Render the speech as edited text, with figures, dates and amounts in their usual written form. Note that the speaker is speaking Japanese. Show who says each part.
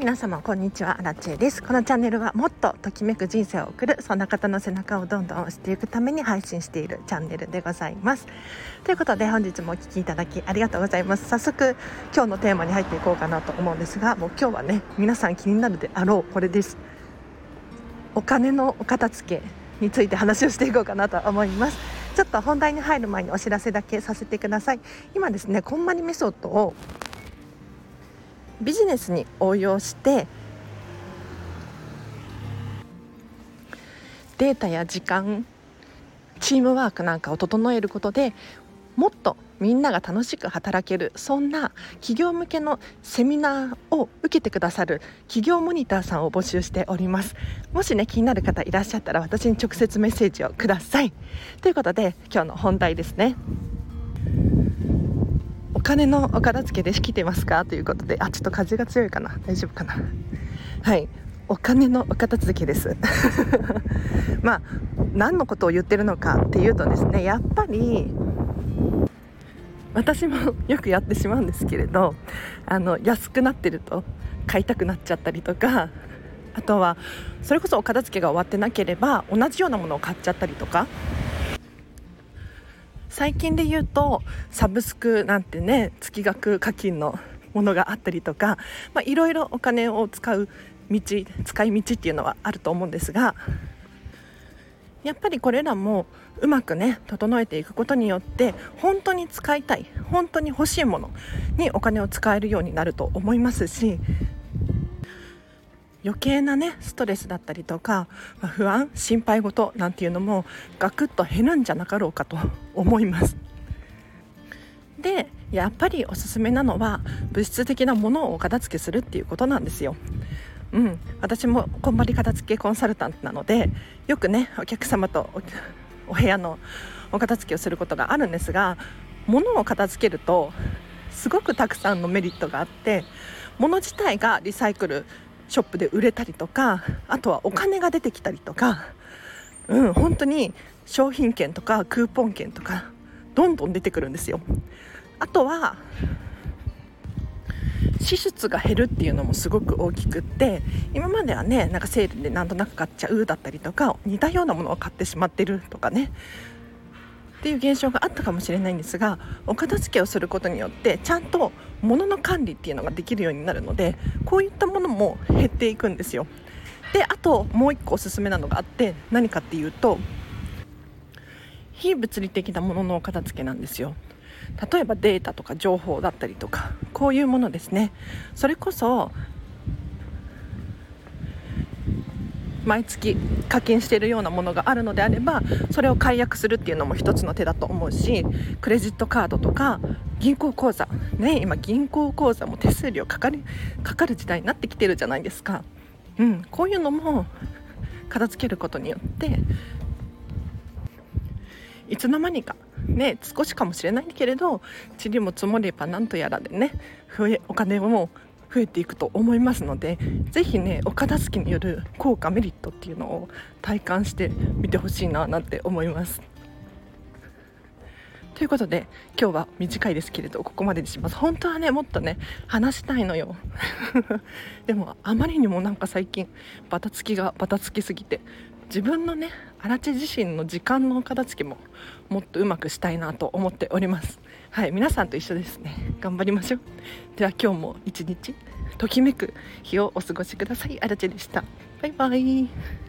Speaker 1: 皆様こんにちは、アラチェです。このチャンネルはもっとときめく人生を送る、そんな方の背中をどんどん押していくために配信しているチャンネルでございます。ということで本日もお聞きいただきありがとうございます。早速今日のテーマに入っていこうかなと思うんですが、もう今日はね、皆さん気になるであろうこれです。お金のお片付けについて話をしていこうかなと思います。ちょっと本題に入る前にお知らせだけさせてください。今ですね、こんまりメソッドをビジネスに応用してデータや時間、チームワークなんかを整えることでもっとみんなが楽しく働ける、そんな企業向けのセミナーを受けてくださる企業モニターさんを募集しております。もしね、気になる方いらっしゃったら私に直接メッセージをください。ということで今日の本題ですね。お金のお片付けできてますかということで、ちょっと風が強いかな、大丈夫かな。はい、お金のお片付けです何のことを言ってるのかっていうとですね、やっぱり私もよくやってしまうんですけれど、安くなってると買いたくなっちゃったりとか、あとはそれこそお片付けが終わってなければ同じようなものを買っちゃったりとか、最近で言うとサブスクなんてね、月額課金のものがあったりとか、いろいろお金を使い道っていうのはあると思うんですが、やっぱりこれらもうまくね整えていくことによって本当に使いたい、本当に欲しいものにお金を使えるようになると思いますし、余計なねストレスだったりとか、不安、心配事なんていうのもガクッと減るんじゃなかろうかと思います。で、やっぱりおすすめなのは物質的なものをお片付けするっていうことなんですよ。私もこんまり片付けコンサルタントなので、よくねお客様と お部屋のお片付けをすることがあるんですが、物を片付けるとすごくたくさんのメリットがあって、物自体がリサイクルショップで売れたりとか、あとはお金が出てきたりとか、本当に商品券とかクーポン券とかどんどん出てくるんですよ。あとは支出が減るっていうのもすごく大きくって、今まではねなんかセールでなんとなく買っちゃうだったりとか、似たようなものを買ってしまってるとかねっていう現象があったかもしれないんですが、お片付けをすることによってちゃんと物の管理っていうのができるようになるので、こういったものも減っていくんですよ。で、あともう一個おすすめなのがあって、何かっていうと非物理的なもののお片付けなんですよ。例えばデータとか情報だったりとか、こういうものですね。それこそ毎月課金しているようなものがあるのであれば、それを解約するっていうのも一つの手だと思うし、クレジットカードとか銀行口座ね、今銀行口座も手数料かかる時代になってきてるじゃないですか。こういうのも片付けることによっていつの間にかね、少しかもしれないけれど塵も積もればなんとやらでね、お金も増えていくと思いますので、ぜひねお片付けによる効果メリットっていうのを体感してみてほしいななんて思います。ということで今日は短いですけれどここまでにします。本当はねもっとね話したいのよでもあまりにもなんか最近バタつきすぎて、自分のねアラチェ自身の時間の片付けももっとうまくしたいなと思っております。はい、皆さんと一緒ですね。頑張りましょう。では今日も一日ときめく日をお過ごしください。アラチェでした。バイバイ。